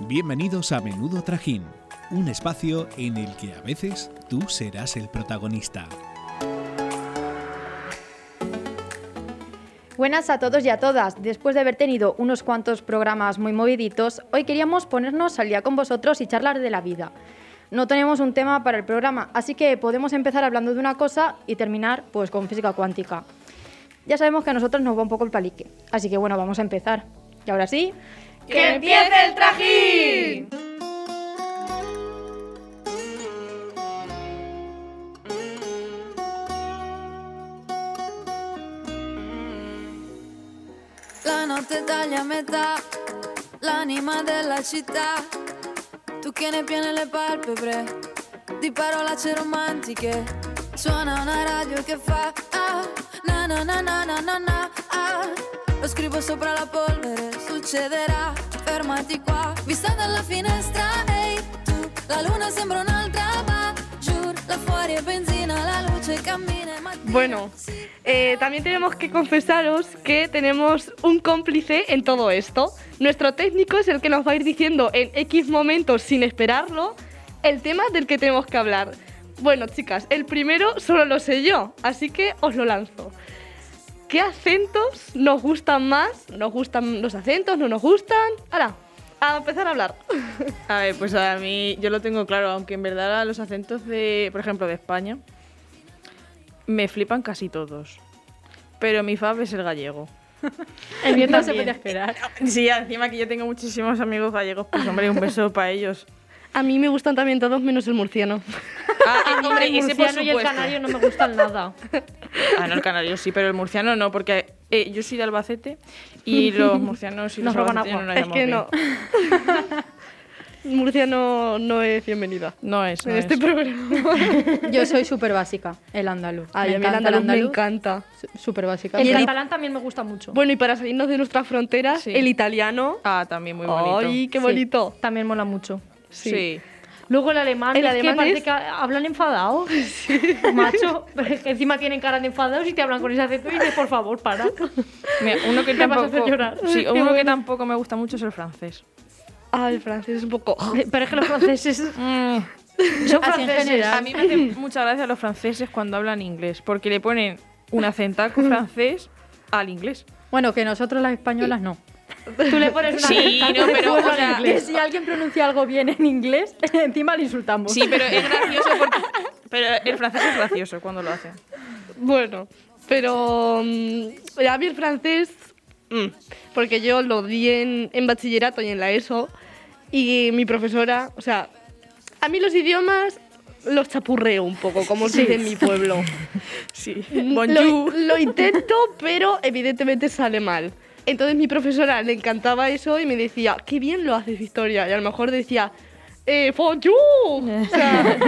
Bienvenidos a Menudo Trajín, un espacio en el que a veces tú serás el protagonista. Buenas a todos y a todas. Después de haber tenido unos cuantos programas muy moviditos, hoy queríamos ponernos al día con vosotros y charlar de la vida. No tenemos un tema para el programa, así que podemos empezar hablando de una cosa y terminar pues con física cuántica. Ya sabemos que a nosotros nos va un poco el palique, así que bueno, vamos a empezar. Y ahora sí... ¡Que empiece el trajín! La notte taglia a metà, l'anima della città. Tu che ne piene le palpebre di parolacce romantiche. Suona una radio che fa na na na na na na na Lo scrivo sopra la polvere, succederà, fermati qua. Vista dalla finestra, ehi tu, la luna sembra un'altra, va giù, là fuori è benzina, la luce cammina. Bueno, también tenemos que confesaros que tenemos un cómplice en todo esto. Nuestro técnico es el que nos va a ir diciendo en X momentos, sin esperarlo, el tema del que tenemos que hablar. Bueno, chicas, el primero solo lo sé yo, así que os lo lanzo. ¿Qué acentos nos gustan más? ¿Nos gustan los acentos? ¿No nos gustan? Ahora, a empezar a hablar. A ver, pues a mí yo lo tengo claro, aunque en verdad los acentos de, por ejemplo, de España, me flipan casi todos. Pero mi fab es el gallego. El mío no se puede esperar. Sí, encima que yo tengo muchísimos amigos gallegos, pues hombre, un beso para ellos. A mí me gustan también todos menos el murciano. Hombre, El ese por murciano y el supuesto. canario no me gustan nada. No, el canario sí, pero el murciano no, porque yo soy de Albacete y los murcianos y los Nos roban albaceteños agua. no Es que no. Murciano no es bienvenida No es, no en este es. programa. Yo soy súper básica, el andaluz. Ay, a mí el andaluz me encanta. Súper básica. El Y catalán también me gusta mucho. Bueno, y para salirnos de nuestras fronteras, Sí. el italiano. También muy bonito. ¡Ay, qué Sí, bonito! también mola mucho. Sí. Luego el alemán, El es alemán que parece es- que hablan enfadados. Macho, es que encima tienen cara de enfadados y te hablan con ese acento y dices, por favor, para. Mira, uno que Me vas a tampoco, hacer llorar. sí, Qué uno que bueno. tampoco me gusta mucho es el francés. Ah, el francés es un poco. Pero es que los franceses son Así en franceses. general. A mí me hace mucha gracia los franceses cuando hablan inglés, porque le ponen un acentaco francés al inglés. Bueno, que nosotros las españolas no. Tú le pones una Sí, acento no, de pero, fuego o en sea, Que inglés. si alguien pronuncia algo bien en inglés, encima le insultamos. Sí, pero es gracioso porque... Pero el francés es gracioso cuando lo hacen. Bueno, pero a mí el francés, porque yo lo di en bachillerato y en la ESO, y mi profesora, o sea, a mí los idiomas los chapurreo un poco, como se dice en mi pueblo. Sí. Lo intento, pero evidentemente sale mal. Entonces mi profesora le encantaba eso y me decía, qué bien lo haces, Victoria. Y a lo mejor decía, bonjour. O sea,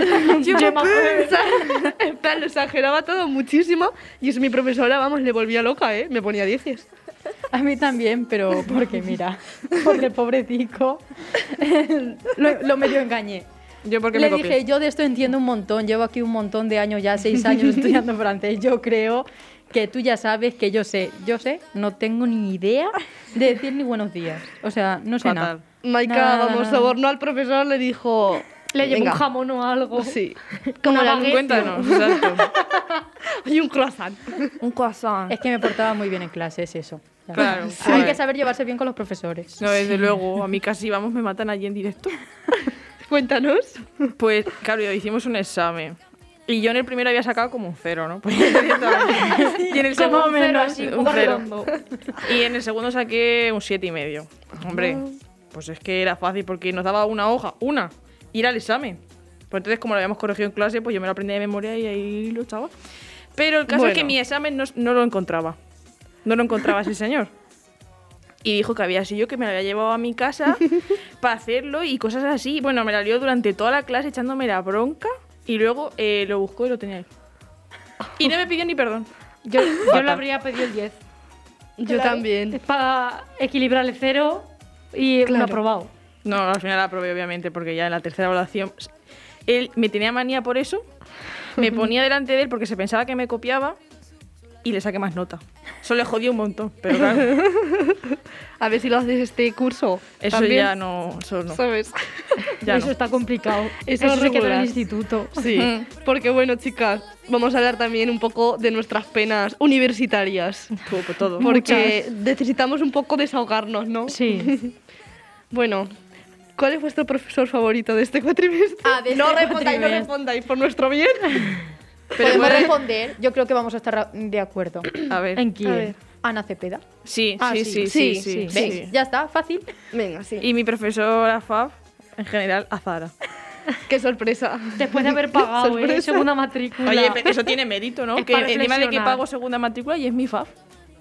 en plan, lo exageraba todo muchísimo. Y eso mi profesora, vamos, le volvía loca, ¿eh? Me ponía 10. A mí también, pero porque mira, porque pobrecico, lo medio engañé. Yo porque Le me copié. dije, yo de esto entiendo un montón, llevo aquí un montón de años ya, 6 años estudiando francés, yo creo que tú ya sabes que yo sé, no tengo ni idea de decir ni buenos días, o sea, no sé Fatal. nada. Maika, Nada, vamos, nada. sobornó al profesor, le dijo... Le llevo "Venga". un jamón o algo. Sí. Una Una baguette. Cuéntanos, exacto. Y un croissant. Un croissant. Es que me portaba muy bien en clase, es eso. Ya. Claro, Hay joder. que saber llevarse bien con los profesores. No, desde luego. A mí casi, vamos, me matan allí en directo. Cuéntanos. Pues, claro, hicimos un examen. Y yo en el primero había sacado como un 0, ¿no? Pues, directamente. Y en el Como segundo, un cero, así, un un poco 0. redondo. Y en el segundo saqué un 7,5. Hombre, pues es que era fácil porque nos daba una hoja, y era el examen. Pues entonces, como lo habíamos corregido en clase, pues yo me lo aprendí de memoria y ahí lo echaba. Pero el caso es que Bueno. mi examen no lo encontraba. No lo encontraba ese señor. Y dijo que había sido yo que me lo había llevado a mi casa para hacerlo y cosas así. Bueno, me la lió durante toda la clase echándome la bronca y luego lo buscó y lo tenía ahí. Y no me pidió ni perdón. Yo Fatal. le habría pedido el 10. Yo también. Para equilibrar el 0 y un Claro. aprobado. No, al final la aprobé, obviamente, porque ya en la tercera evaluación él me tenía manía por eso, me ponía delante de él porque se pensaba que me copiaba y le saqué más nota. Eso le jodió un montón, pero claro, A ver si lo haces este curso. eso también, ya no, eso no. ¿sabes? Ya Eso no. está complicado. Eso Eso se queda en regular. el instituto. Sí, porque bueno, chicas, vamos a hablar también un poco de nuestras penas universitarias. Por todo. Porque necesitamos un poco desahogarnos, ¿no? Sí. Bueno, ¿cuál es vuestro profesor favorito de este cuatrimestre? De No este respondáis, no cuatrimestre. respondáis, por nuestro bien. Podemos responder. Yo creo que vamos a estar de acuerdo. A ver. ¿En A quién? ver. Ana Cepeda. Sí, Ah, sí, sí. sí, Sí, sí, sí. ¿Ves? Ya está, fácil. Venga, sí. Y mi profesora Fab, en general, Azara. Qué sorpresa. Después de haber pagado, Sorpresa. segunda matrícula. Oye, eso tiene mérito, ¿no? Es Que para encima de que reflexionar. pago segunda matrícula y es mi Fab.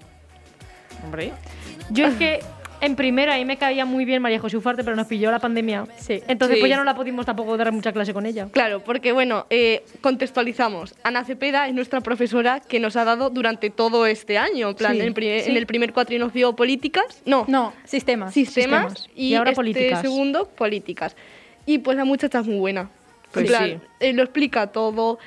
Hombre. Yo es que en primera ahí me caía muy bien María José Ufarte, pero nos pilló la pandemia. Sí. Entonces Sí. pues ya no la pudimos tampoco dar mucha clase con ella. Claro, porque bueno, contextualizamos. Ana Cepeda es nuestra profesora que nos ha dado durante todo este año. En plan, Sí, en el primer cuatri nos dio políticas. No, sistemas. Sistemas. Y ahora este políticas. segundo, políticas. Y pues la muchacha es muy buena. Pues en plan, sí. lo explica todo.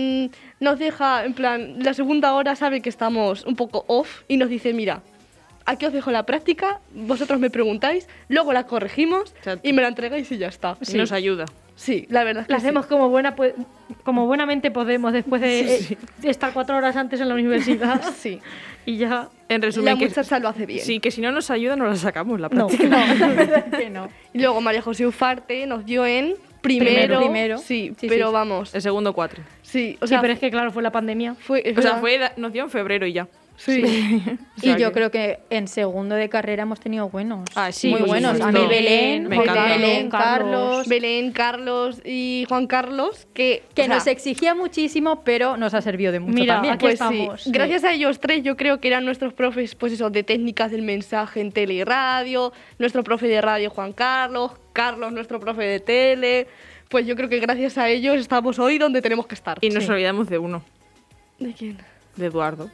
Nos deja, en plan, la segunda hora sabe que estamos un poco off y nos dice, mira, aquí os dejo la práctica, vosotros me preguntáis, luego la corregimos Exacto. y me la entregáis y ya está. Y nos ayuda. Sí, la verdad es que La hacemos sí. como buenamente podemos después de estar 4 horas antes en la universidad. Sí. Y ya. En La resumen, que, muchacha lo hace bien. sí, que si no nos ayuda, no la sacamos la No, práctica. no. La verdad es que no. Y luego María José Ufarte nos dio en primero. Primero. Sí, Sí, pero sí. vamos. El segundo cuatri. Sí, o Sí, sea, pero es que claro, fue la pandemia. fue. es O sea, verdad. nos dio en febrero y ya. Sí. O Y sea yo que- creo que en segundo de carrera hemos tenido buenos. Ah, sí, muy por buenos. A supuesto. mí Belén, Me encanta. Belén, Carlos. Carlos, Belén, Carlos y Juan Carlos, que que o sea, nos exigía muchísimo, pero nos ha servido de mucho Mira, también. aquí pues estamos. sí, gracias a ellos tres yo creo que eran nuestros profes, pues eso, de técnicas del mensaje en tele y radio, nuestro profe de radio Juan Carlos, Carlos, nuestro profe de tele, pues yo creo que gracias a ellos estamos hoy donde tenemos que estar. Y nos olvidamos de uno, ¿De quién? de Eduardo.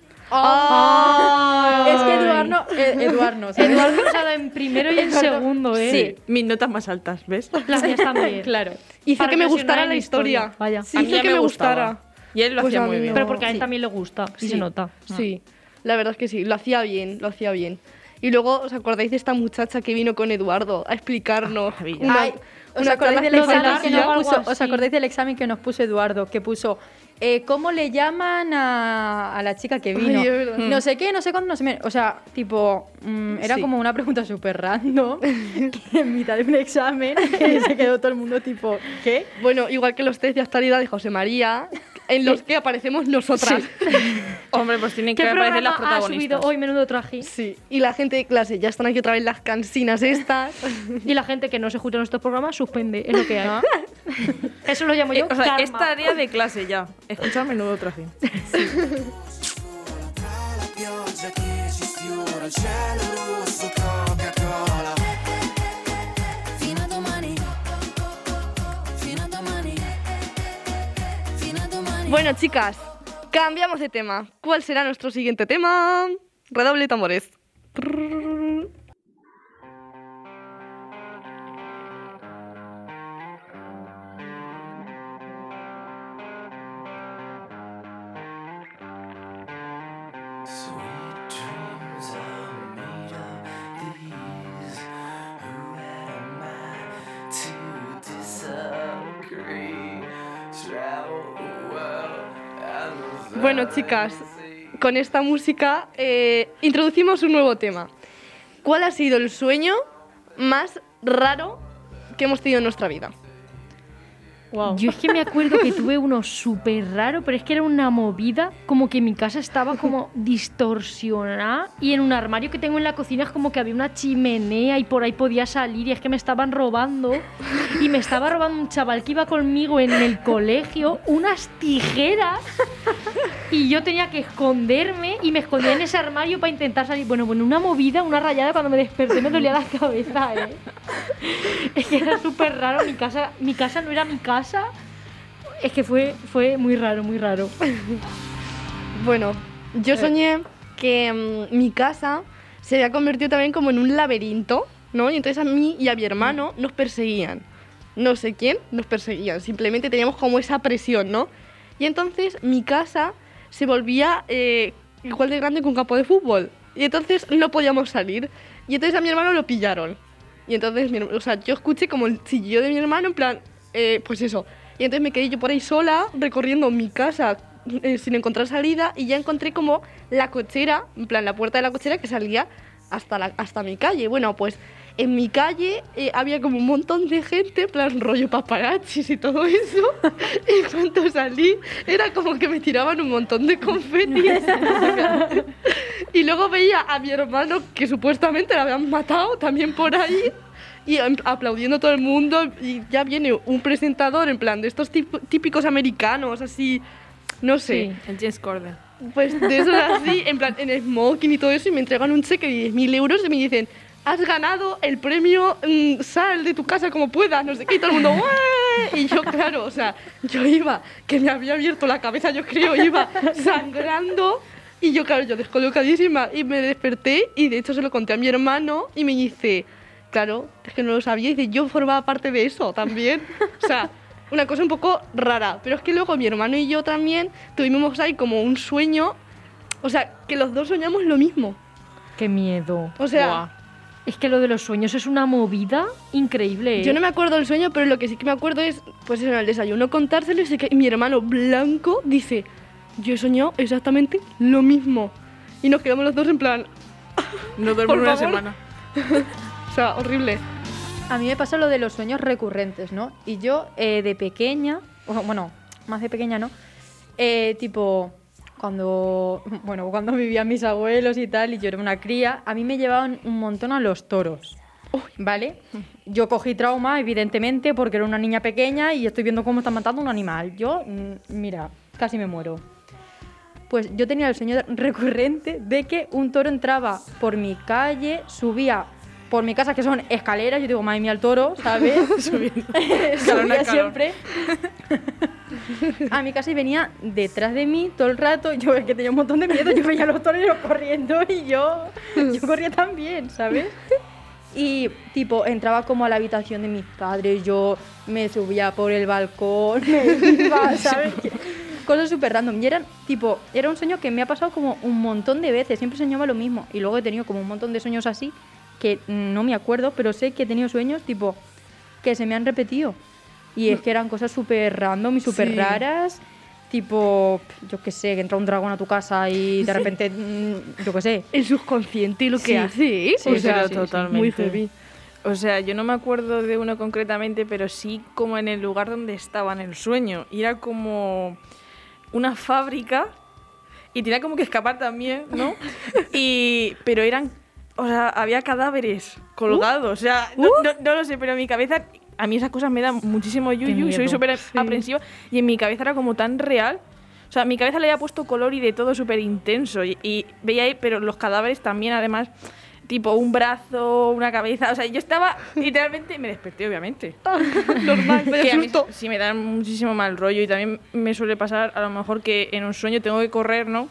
Es que Eduardo, ¿sabes? Eduardo nos ha dado en primero y en segundo, ¿eh? Sí. Mis notas más altas, ¿ves? Las mías también. Claro. Hizo Para que me reflexionar gustara en la historia. Vaya. Sí, A mí hizo ya que me me gustaba. gustara. Y él lo Pues hacía a muy mí bien. Pero porque a él Sí. también le gusta y Sí. se nota. Sí, la verdad es que sí, lo hacía bien, lo hacía bien. Y luego, ¿os acordáis de esta muchacha que vino con Eduardo a explicarnos? maravilla. una- Ay, ¿os una acordáis del charla examen que fantástica? nos algo puso? así. ¿Os acordáis del examen que nos puso Eduardo? Que puso ¿cómo le llaman a la chica que vino? Ay, es verdad. No sé qué, no sé cuándo, no sé. O sea, tipo, era Sí. como una pregunta súper random que en mitad de un examen se quedó todo el mundo tipo, ¿qué? Bueno, igual que los test de actualidad de José María, en los que aparecemos nosotras. Hombre, pues tienen que ¿Qué aparecer las programa ha subido protagonistas. hoy Menudo Traje? Sí, y la gente de clase, ya están aquí otra vez las cansinas estas. Y la gente que no se escucha nuestros programas suspende, es lo que hay. Eso lo llamo yo O sea, karma. es tarea de clase ya. Escucha menudo traje. La pioggia che ci sfiora il cielo rosso Coca-Cola. Fino a domani. Fino a domani. Fino a domani. Bueno, chicas, cambiamos de tema. ¿Cuál será nuestro siguiente tema? Redoble de tambores. Sweet dreams are made of these. Who am I to disagree? Travel the world and the Bueno, chicas, con esta música introducimos un nuevo tema. ¿Cuál ha sido el sueño más raro que hemos tenido en nuestra vida? Wow. Yo es que me acuerdo que tuve uno súper raro, pero es que era una movida, como que mi casa estaba como distorsionada y en un armario que tengo en la cocina es como que había una chimenea y por ahí podía salir y es que me estaban robando y me estaba robando un chaval que iba conmigo en el colegio unas tijeras y yo tenía que esconderme y me escondía en ese armario para intentar salir. Bueno, una movida, una rayada, cuando me desperté me dolía la cabeza, ¿eh? Es que era súper raro, mi casa no era mi casa. Es que fue muy raro, muy raro. Bueno, yo soñé que mi casa se había convertido también como en un laberinto, ¿no? Y entonces a mí y a mi hermano nos perseguían. No sé quién nos perseguían, simplemente teníamos como esa presión, ¿no? Y entonces mi casa se volvía igual de grande que un campo de fútbol. Y entonces no podíamos salir. Y entonces a mi hermano lo pillaron. Y entonces, o sea, yo escuché como el chillido de mi hermano, en plan, pues eso. Y entonces me quedé yo por ahí sola, recorriendo mi casa sin encontrar salida. Y ya encontré como la cochera, en plan, la puerta de la cochera que salía hasta mi calle. Bueno, pues en mi calle había como un montón de gente, en plan rollo paparazzis y todo eso. Y cuando salí, era como que me tiraban un montón de confeti. Y luego veía a mi hermano, que supuestamente lo habían matado también por ahí, y aplaudiendo todo el mundo. Y ya viene un presentador, en plan, de estos típicos americanos, así, no sé. Sí, el James Corden. Pues de esos así, en plan, en smoking y todo eso, y me entregan un cheque de 10.000 euros y me dicen: has ganado el premio, sal de tu casa como puedas, no sé qué, y todo el mundo, ¡ué! Y yo, claro, o sea, yo iba, que me había abierto la cabeza, yo creo, iba sangrando, y yo, claro, yo descolocadísima, y me desperté, y de hecho se lo conté a mi hermano, y me dice, claro, es que no lo sabía, y dice, yo formaba parte de eso también, o sea, una cosa un poco rara, pero es que luego mi hermano y yo también tuvimos ahí como un sueño, o sea, que los dos soñamos lo mismo. Qué miedo. O sea... Guau. Es que lo de los sueños es una movida increíble, ¿eh? Yo no me acuerdo del sueño, pero lo que sí que me acuerdo es, pues en el desayuno contárselo, y sé que mi hermano blanco dice, yo he soñado exactamente lo mismo. Y nos quedamos los dos en plan, No duermo Por una favor. semana. o sea, horrible. A mí me pasa lo de los sueños recurrentes, ¿no? Y yo de pequeña, bueno, más de pequeña, ¿no? Tipo, cuando vivían mis abuelos y tal, y yo era una cría, a mí me llevaban un montón a los toros, ¿vale? Yo cogí trauma, evidentemente, porque era una niña pequeña y estoy viendo cómo están matando un animal. Yo, mira, casi me muero. Pues yo tenía el sueño recurrente de que un toro entraba por mi calle, subía por mi casa, que son escaleras, yo digo, madre mía, el toro, ¿sabes? Subía siempre a mi casa y venía detrás de mí todo el rato. Yo es que tenía un montón de miedo, yo veía a los toreros corriendo y yo corría también, ¿sabes? Y tipo, entraba como a la habitación de mis padres, yo me subía por el balcón, me iba, ¿sabes? Cosas súper random. Y era un sueño que me ha pasado como un montón de veces, siempre soñaba lo mismo. Y luego he tenido como un montón de sueños así, que no me acuerdo, pero sé que he tenido sueños tipo que se me han repetido. Y es que eran cosas súper random y súper raras. Tipo, yo qué sé, que entra un dragón a tu casa y de repente, yo qué sé. El subconsciente y lo que Sí. hace, ¿eh? Sí, o sea, pero totalmente. muy heavy. O sea, yo no me acuerdo de uno concretamente, pero sí como en el lugar donde estaba en el sueño. Y era como una fábrica y tenía como que escapar también, ¿no? Pero eran, o sea, había cadáveres colgados. O sea, no lo sé, pero en mi cabeza, a mí esas cosas me dan muchísimo yuyu y soy miedo. súper aprensiva. Y en mi cabeza era como tan real. O sea, mi cabeza le había puesto color y de todo súper intenso. Y veía ahí, pero los cadáveres también, además, tipo un brazo, una cabeza. O sea, yo estaba literalmente, me desperté, obviamente. Normal, me Que a mí asusto. sí me da muchísimo mal rollo y también me suele pasar a lo mejor que en un sueño tengo que correr, ¿no?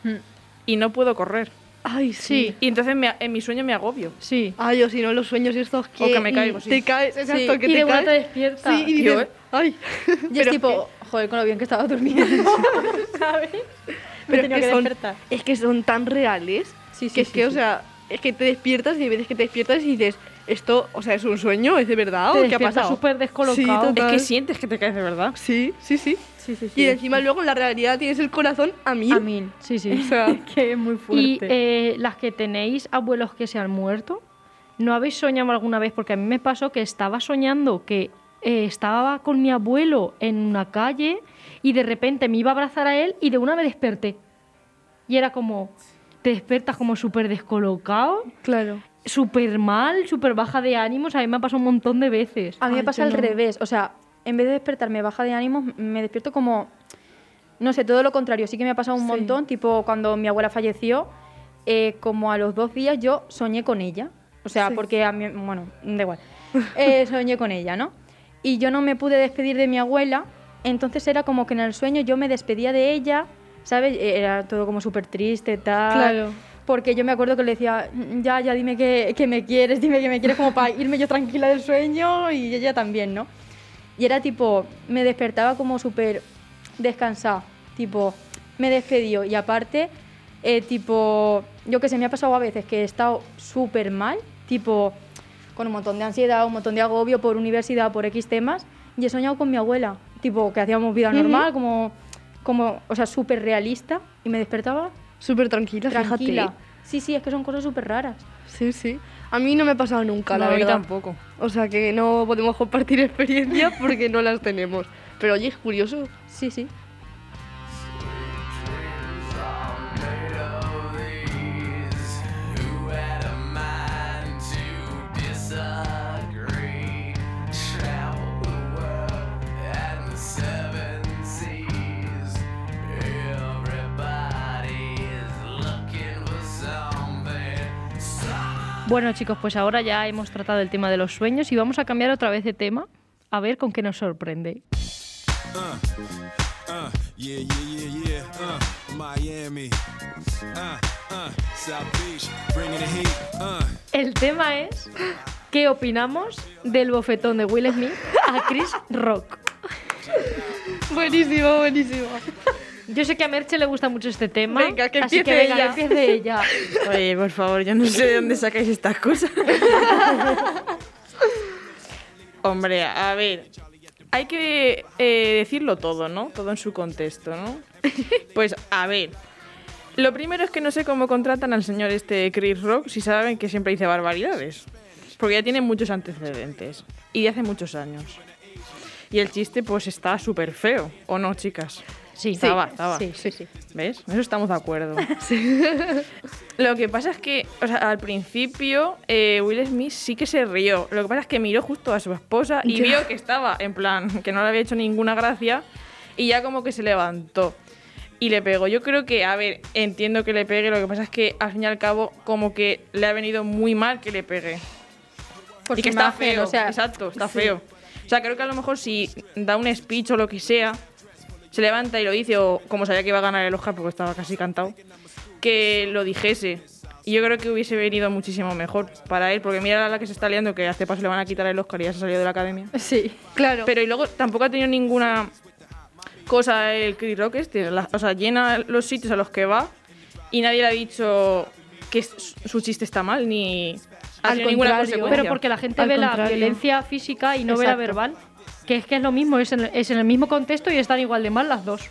Y no puedo correr. Ay, sí. Y entonces en mi sueño me agobio. Sí. Ay, o si no, los sueños estos que... O que me caigo, sí. Te caes, exacto, Sí. que Y te de una caes. te despierta. Sí, y Yo, dices, ay. Y es tipo, joder, con lo bien que estaba durmiendo, ¿sabes? Me he tenido que despertar. es que son tan reales Sí, sí, que es sí, que, o sí. sea, es que te despiertas y hay veces que te despiertas y dices, esto, o sea, es un sueño, es de verdad, Te o qué ha despiertas pasado. súper descolocado. Sí, total. Es que sientes que te caes de verdad. Sí, sí, sí. Sí, sí, Y encima luego en la realidad tienes el corazón a mil. A mil. Sí, sí. O sea, Que es muy Y fuerte. las que tenéis abuelos que se han muerto, ¿no habéis soñado alguna vez? Porque a mí me pasó que estaba soñando que estaba con mi abuelo en una calle y de repente me iba a abrazar a él y de una me desperté. Y era como, te despiertas como súper descolocado, claro. súper mal, súper baja de ánimos. A mí me ha pasado un montón de veces. A mí me Ay, pasa yo al no. revés. O sea, en vez de despertarme baja de ánimos, me despierto como... No sé, todo lo contrario. Sí que me ha pasado un montón. Tipo, cuando mi abuela falleció, como a los 2 días yo soñé con ella. O sea, porque a mí... Bueno, da igual. Soñé con ella, ¿no? Y yo no me pude despedir de mi abuela. Entonces era como que en el sueño yo me despedía de ella, ¿sabes? Era todo como súper triste, tal. Claro. Porque yo me acuerdo que le decía, ya, dime que me quieres, como para irme yo tranquila del sueño y ella también, ¿no? Y era tipo, me despertaba como súper descansada, tipo, me despedió y aparte tipo, yo que sé, me ha pasado a veces que he estado súper mal, tipo, con un montón de ansiedad, un montón de agobio por universidad, por X temas, y he soñado con mi abuela, tipo, que hacíamos vida normal, como o sea, súper realista, y me despertaba Súper tranquila, tranquila. fíjate. Sí, es que son cosas súper raras. Sí. A mí no me ha pasado nunca, la No, a mí verdad. tampoco. O sea que no podemos compartir experiencias porque no las tenemos. Pero oye, es curioso. Sí. Who had a mind to disagree? Travel the world and the seven seas. Everybody is looking for something. Bueno, chicos, pues ahora ya hemos tratado el tema de los sueños y vamos a cambiar otra vez de tema, a ver con qué nos sorprende. Yeah. Miami. South Beach, bringing the heat. El tema es ¿qué opinamos del bofetón de Will Smith a Chris Rock? Buenísimo. Yo sé que a Merche le gusta mucho este tema. Venga, que así empiece venga, ella. que empiece ella. Oye, por favor, yo no sé de dónde sacáis estas cosas. Hombre, a ver, hay que decirlo todo, ¿no? Todo en su contexto, ¿no? Pues, a ver, lo primero es que no sé cómo contratan al señor Chris Rock si saben que siempre dice barbaridades. Porque ya tiene muchos antecedentes. Y de hace muchos años. Y el chiste, pues, está súper feo. ¿O no, chicas? Sí, Estaba. Sí. ¿Ves? En eso estamos de acuerdo. Lo que pasa es que, o sea, al principio Will Smith sí que se rió. Lo que pasa es que miró justo a su esposa y vio que estaba, en plan, que no le había hecho ninguna gracia y ya como que se levantó y le pegó. Yo creo que, a ver, entiendo que le pegue, lo que pasa es que al fin y al cabo como que le ha venido muy mal que le pegue. Por Y que su está imagen, feo, o sea, exacto, está sí. feo. O sea, creo que a lo mejor si da un speech o lo que sea, se levanta y lo dice, o como sabía que iba a ganar el Oscar porque estaba casi cantado, que lo dijese. Y yo creo que hubiese venido muchísimo mejor para él, porque mira la que se está liando, que a este paso le van a quitar el Oscar y ya se salió de la academia. Sí. Claro. Pero y luego tampoco ha tenido ninguna cosa el Chris Rock o sea, llena los sitios a los que va y nadie le ha dicho que su chiste está mal, ni ha Al tenido ninguna contrario. consecuencia. Pero porque la gente Al ve la contrario. violencia física y no ve la Exacto. verbal. Que es lo mismo, es en el mismo contexto y están igual de mal las dos.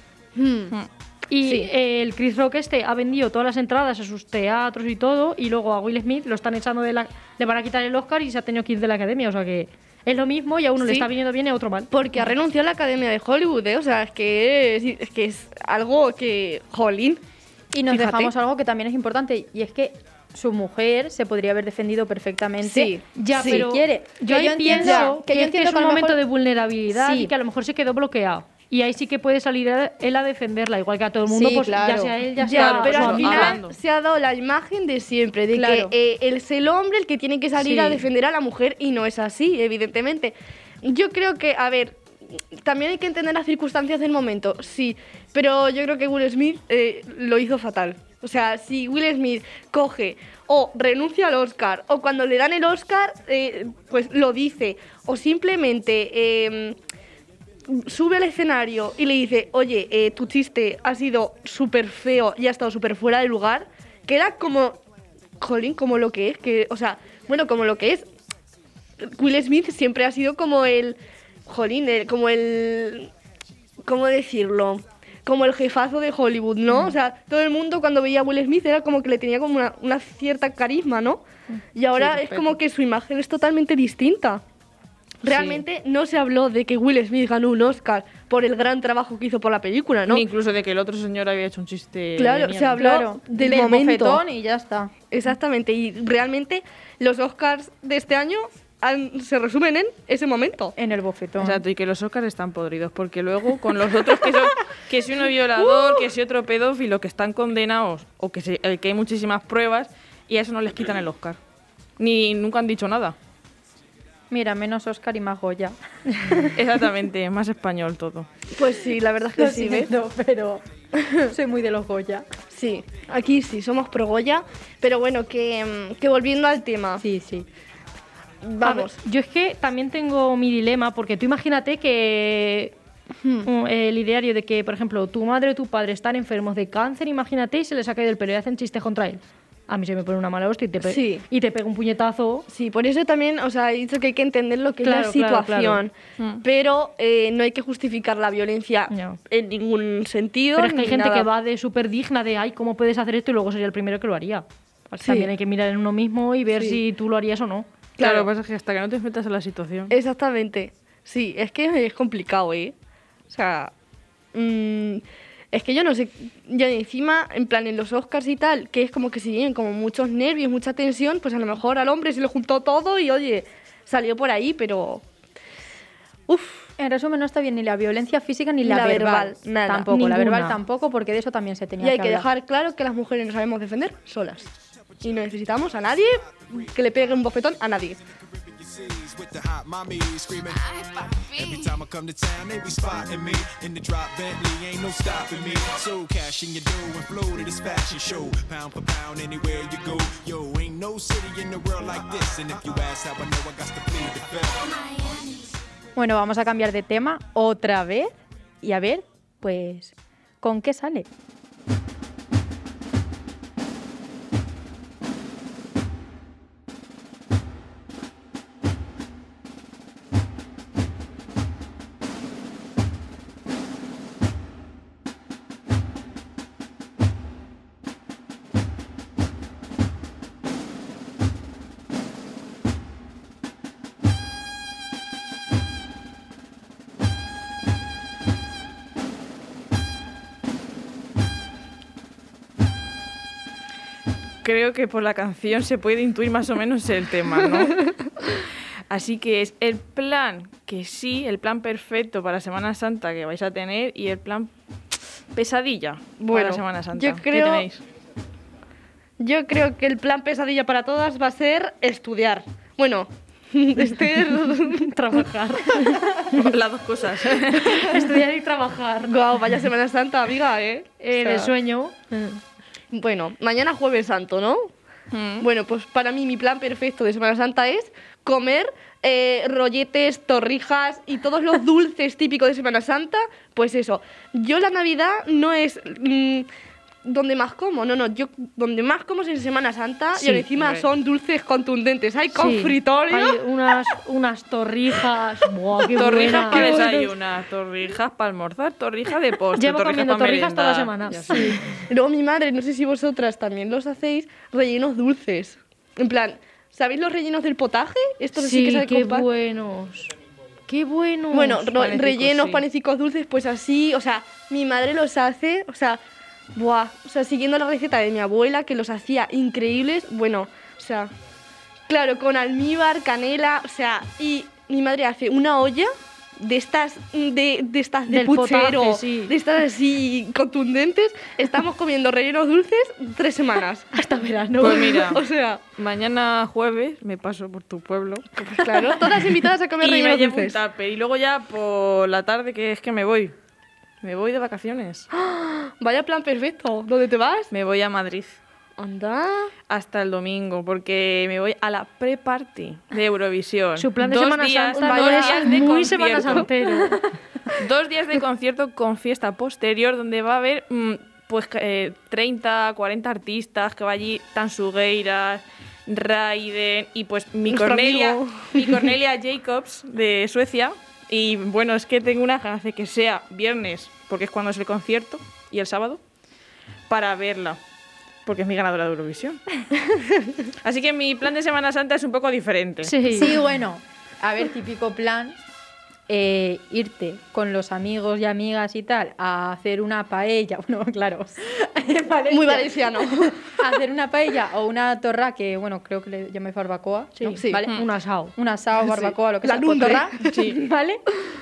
Y Sí. el Chris Rock ha vendido todas las entradas a sus teatros y todo, y luego a Will Smith lo están echando le van a quitar el Oscar y se ha tenido que ir de la academia. O sea que es lo mismo y a uno le Sí. está viniendo bien y a otro mal. Porque ha renunciado a la Academia de Hollywood, ¿eh? O sea, es que es algo que... Jolín. Y nos Fíjate. dejamos algo que también es importante, y es que su mujer se podría haber defendido perfectamente. Sí. Ya, si pero quiere. yo ahí pienso entiendo que es que a un lo momento mejor- de vulnerabilidad Sí. y que a lo mejor se quedó bloqueado. Y ahí sí que puede salir él a defenderla, igual que a todo el mundo, Sí, pues claro. ya sea él, ya Ya, sea pero su al amiga. final hablando. se ha dado la imagen de siempre, de Claro. que él es el hombre el que tiene que salir Sí. a defender a la mujer y no es así, evidentemente. Yo creo que, a ver, también hay que entender las circunstancias del momento, sí, pero yo creo que Will Smith lo hizo fatal. O sea, si Will Smith coge o renuncia al Oscar o cuando le dan el Oscar, pues lo dice, o simplemente... sube al escenario y le dice, oye, tu chiste ha sido súper feo y ha estado súper fuera de lugar, queda como, jolín, como lo que es, que, o sea, bueno, como lo que es. Will Smith siempre ha sido como el, jolín, ¿cómo decirlo? Como el jefazo de Hollywood, ¿no? O sea, todo el mundo cuando veía a Will Smith era como que le tenía como una cierta carisma, ¿no? Y ahora es como que su imagen es totalmente distinta. Realmente no se habló de que Will Smith ganó un Oscar por el gran trabajo que hizo por la película, ¿no? Ni incluso de que el otro señor había hecho un chiste. Claro, de se mierda. habló Claro, del momento. bofetón y ya está. Exactamente, y realmente los Oscars de este año se resumen en ese momento. En el bofetón. Exacto, y que los Oscars están podridos, porque luego con los otros que si uno violador, que si otro pedófilo, que están condenados, o que hay muchísimas pruebas, y a eso no les quitan el Oscar. Ni nunca han dicho nada. Mira, menos Oscar y más Goya. Exactamente, más español todo. Pues sí, la verdad es que Lo sí, ¿ves? siento, pero soy muy de los Goya. Sí, aquí sí, somos pro Goya, pero bueno, que volviendo al tema, Sí, sí. vamos. A ver, yo es que también tengo mi dilema, porque tú imagínate que el ideario de que, por ejemplo, tu madre o tu padre están enfermos de cáncer, imagínate, y se les ha caído el pelo y hacen chistes contra él. A mí se me pone una mala hostia Sí. y te pega un puñetazo. Sí, por eso también, o sea, he dicho que hay que entender lo que es Claro, la claro, situación, claro. pero no hay que justificar la violencia No. en ningún sentido. Pero es que hay ni gente nada. que va de súper digna de, ay, ¿cómo puedes hacer esto? Y luego sería el primero que lo haría. Sí. También hay que mirar en uno mismo y ver Sí. si tú lo harías o no. Claro, lo que pasa es que hasta que no te enfrentas a la situación. Exactamente. Sí, es que es complicado, ¿eh? O sea, es que yo no sé, ya encima, en plan, en los Oscars y tal, que es como que si vienen como muchos nervios, mucha tensión, pues a lo mejor al hombre se le juntó todo y, oye, salió por ahí, pero... Uf, En resumen, no está bien ni la violencia física ni la, La verbal. verbal, nada. Tampoco, la Ninguna. verbal tampoco, porque de eso también se tenía y hay que que hablar. dejar claro que las mujeres nos sabemos defender solas. Y no necesitamos a nadie que le pegue un bofetón a nadie. With the hot mommy screaming. Every time I come to town, they be spotting me. In the drop Bentley, ain't no stopping me. So cash in your dough and flow to this fashion show. Pound for pound, anywhere you go. Yo, ain't no city in the world like this. And if you ask how I know, I got to plead the fifth. Bueno, vamos a cambiar de tema otra vez y a ver, pues, ¿con qué sale? Creo que por la canción se puede intuir más o menos el tema, ¿no? Así que es el plan que sí, el plan perfecto para Semana Santa que vais a tener y el plan pesadilla Bueno, para Semana Santa. yo ¿Qué creo- tenéis? Yo creo que el plan pesadilla para todas va a ser estudiar. Bueno, Trabajar. Las dos cosas. Estudiar y trabajar. Guau, vaya Semana Santa, amiga, ¿eh? O De sea, sueño. Bueno, mañana Jueves Santo, ¿no? Bueno, pues para mí mi plan perfecto de Semana Santa es comer rolletes, torrijas y todos los dulces típicos de Semana Santa. Pues eso, yo la Navidad no es donde más como, no, yo donde más como es en Semana Santa Sí, y encima hombre. son dulces contundentes. Hay Sí. confritorio. Hay unas torrijas. Buah, qué Torrijas buenas. para desayunar, torrijas para almorzar, torrijas de postre, Llevo comiendo para torrijas toda la merendar. semana. Ya está. Luego mi madre, no sé si vosotras también los hacéis, rellenos dulces. En plan, ¿sabéis los rellenos del potaje? Estos sí que sabe qué con pan. buenos. Qué buenos. Bueno, panecicos, rellenos, sí. panecicos dulces, pues así, o sea, mi madre los hace, o sea, buah, o sea, siguiendo la receta de mi abuela, que los hacía increíbles, bueno, o sea, claro, con almíbar, canela, o sea, y mi madre hace una olla de estas de Del puchero, potaje, sí. de estas así contundentes, estamos comiendo rellenos dulces 3 semanas. Hasta verano. Pues mira, O sea, mañana jueves me paso por tu pueblo pues claro, todas invitadas a comer y me rellenos llevo un dulces. tupper. Y luego ya por la tarde, que es que me voy. Me voy de vacaciones. Vaya plan perfecto. ¿Dónde te vas? Me voy a Madrid Anda. hasta el domingo porque me voy a la pre-party de Eurovisión. Su plan de 2 Semana días, Santa dos no días es de muy Semana concierto. Santero. 2 días de concierto con fiesta posterior donde va a haber pues 30, 40 artistas que va allí, Tansugueiras, Raiden y pues mi Nuestro amigo. Cornelia Jacobs de Suecia. Y bueno, es que tengo una ganas de que sea viernes, porque es cuando es el concierto, y el sábado, para verla, porque es mi ganadora de Eurovisión. Así que mi plan de Semana Santa es un poco diferente. Sí. Sí, bueno, a ver, típico plan, irte con los amigos y amigas y tal a hacer una paella, bueno, claro, Muy valenciano. a hacer una paella o una torra que, bueno, creo que le llamáis barbacoa, Sí, ¿no? sí. ¿Vale? Un asado. Un asado, barbacoa, lo que La sea, pues, lumbre. torra, ¿vale?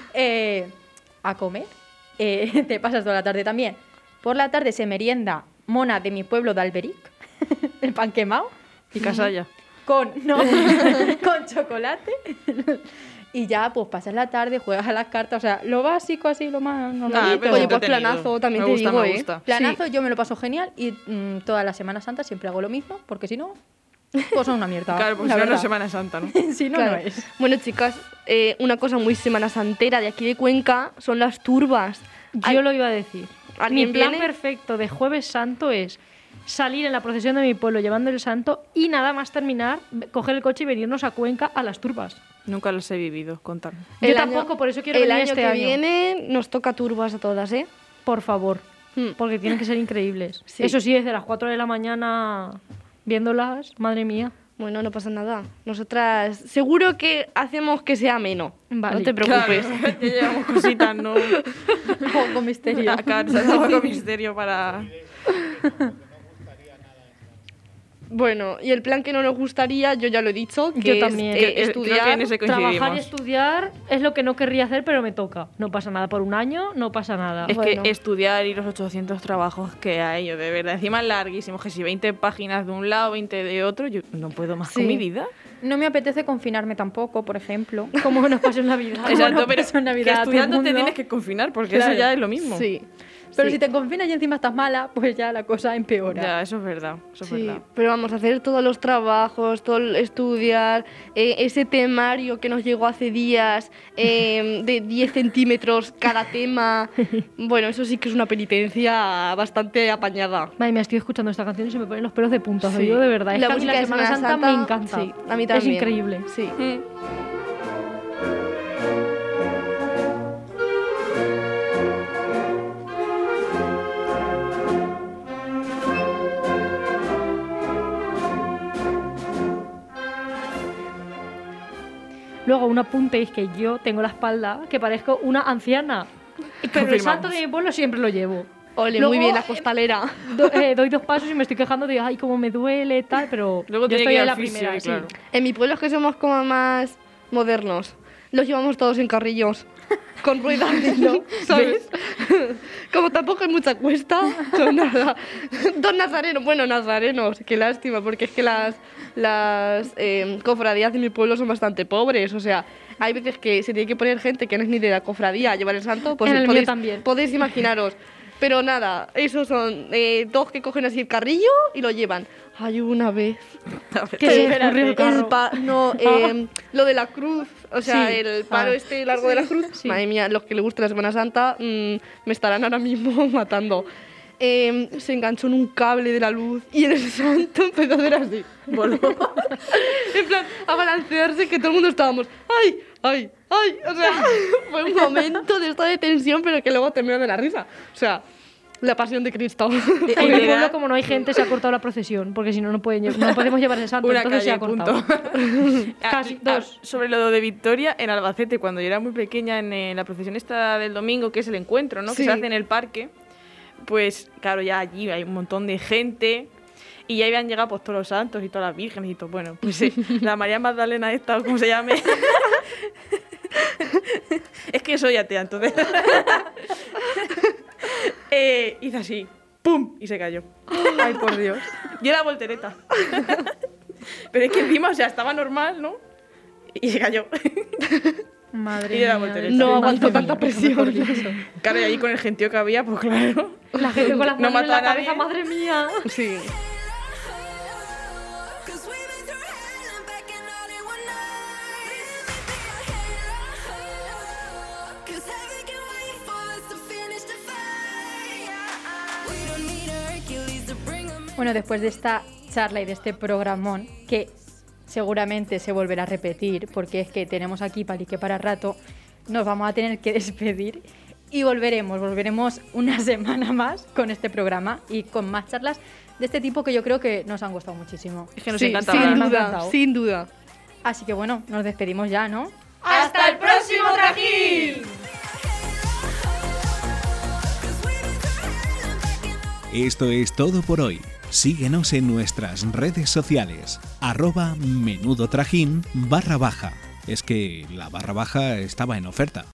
A comer, te pasas toda la tarde también. Por la tarde se merienda mona de mi pueblo de Alberic, el pan quemado, Y Casalla. con chocolate. Y ya, pues pasas la tarde, juegas a las cartas, o sea, lo básico así, lo más normalito. pero Oye, es pues entretenido. planazo, también Me te gusta, digo, me ¿eh? gusta. Planazo, yo me lo paso genial y toda la Semana Santa siempre hago lo mismo, porque si no, pues son una mierda. Claro, pues la si no, no verdad. es Semana Santa, ¿no? Si no, Claro. no es. Bueno, chicas, una cosa muy semana santera de aquí de Cuenca son las turbas. Yo lo iba a decir. Mi ¿Alguien plan viene? perfecto de Jueves Santo es salir en la procesión de mi pueblo llevando el santo y nada más terminar, coger el coche y venirnos a Cuenca a las turbas. Nunca los he vivido, contadme. Yo tampoco, por eso quiero el venir año este que año. viene nos toca turbas a todas, ¿eh? Por favor, Mm. porque tienen que ser increíbles. Sí. Eso sí, desde las 4 de la mañana viéndolas, madre mía. Bueno, no pasa nada. Nosotras seguro que hacemos que sea ameno. Vale. No te preocupes. Claro, ya llevamos cositas, ¿no? Con misterio. Acá se ha con misterio para... Bueno, y el plan que no nos gustaría, yo ya lo he dicho, que Yo es, también. Creo que estudiar. en ese coincidimos. Trabajar y estudiar es lo que no querría hacer, pero me toca. No pasa nada. Por un año no pasa nada. Es Bueno. que estudiar y los 800 trabajos que hay, yo de verdad, encima larguísimos, que si 20 páginas de un lado, 20 de otro, yo no puedo más con Sí. mi vida. No me apetece confinarme tampoco, por ejemplo. Como nos pasó en Navidad. Exacto, no pero pasó en Navidad que a todo el estudiando te mundo. tienes que confinar, porque Claro. eso ya es lo mismo. Sí. Pero Sí. si te confinas y encima estás mala, pues ya la cosa empeora. Ya, eso es verdad, eso es Sí, verdad. pero vamos a hacer todos los trabajos, todo el estudiar, ese temario que nos llegó hace días, de 10 centímetros cada tema. Bueno, eso sí que es una penitencia bastante apañada. Madre mía, estoy escuchando esta canción y se me ponen los pelos de punta. Sí. Yo de verdad. Es La que a mí música la de Semana Semana Santa, Santa, me encanta. sí, a mí también. Es increíble. Sí. Luego, un apunte es que yo tengo la espalda que parezco una anciana. Pero el Confirmamos. santo de mi pueblo siempre lo llevo. Ole, Luego, muy bien la costalera. Doy 2 pasos y me estoy quejando de ay, cómo me duele, tal, pero Luego yo tiene estoy que ir en al la fisio, primera, y sí. claro. En mi pueblo es que somos como más modernos. Los llevamos todos en carrillos. Con ruedas, ¿no? ¿Sabes? Como tampoco hay mucha cuesta, son nada. Dos nazarenos, bueno, nazarenos, qué lástima, porque es que las cofradías de mi pueblo son bastante pobres, o sea, hay veces que se tiene que poner gente que no es ni de la cofradía a llevar el santo, pues En el mío podéis, también. podéis imaginaros. Pero nada, esos son dos que cogen así el carrillo y lo llevan. Hay una vez Que se Espérate, escurrió el carro. lo de la cruz, o sea, Sí. el paro este largo de la cruz. Sí. Madre mía, los que le gusta la Semana Santa me estarán ahora mismo matando. Se enganchó en un cable de la luz y el santo empezó a hacer así. Voló. En plan, a balancearse, que todo el mundo estábamos, ¡ay, ay, ay! O sea, fue un momento de estado de tensión, pero que luego terminó de la risa. O sea, la pasión de Cristo. En mi pueblo, como no hay gente, se ha cortado la procesión, porque si no, no podemos llevar el santo, Una entonces se calle, ha cortado. punto. Casi, dos. Sobre lo de Victoria, en Albacete, cuando yo era muy pequeña, en la procesión esta del domingo, que es el encuentro, ¿no? Sí. Que se hace en el parque, pues claro, ya allí hay un montón de gente y ya habían llegado pues todos los santos y todas las vírgenes y todo. Bueno, pues la María Magdalena esta, o como se llame. Es que soy atea, entonces. Hizo así, ¡pum! Y se cayó. Ay, por Dios. Yo la voltereta. Pero es que encima, o sea, estaba normal, ¿no? Y se cayó. Madre Y de la mía. voltereta. No Madre aguanto mía, tanta presión. Claro, y ahí con el gentío que había, pues claro. La gente con las No manos en mató a la cabeza, nadie. madre mía. Sí. Cause we've been through hell and back and all in one night. Cause heaven can wait for us to finish the fight. We don't need a Hercules to bring 'em. Bueno, después de esta charla y de este programón, que seguramente se volverá a repetir, porque es que tenemos aquí palique para rato, nos vamos a tener que despedir y volveremos una semana más con este programa y con más charlas de este tipo que yo creo que nos han gustado muchísimo. Es que nos Sí, encanta sin hablar. Me ha duda, encantado. sin duda. Así que bueno, nos despedimos ya, ¿no? ¡Hasta el próximo trajín! Esto es todo por hoy. Síguenos en nuestras redes sociales. @menudotrajín _. Es que la __ estaba en oferta.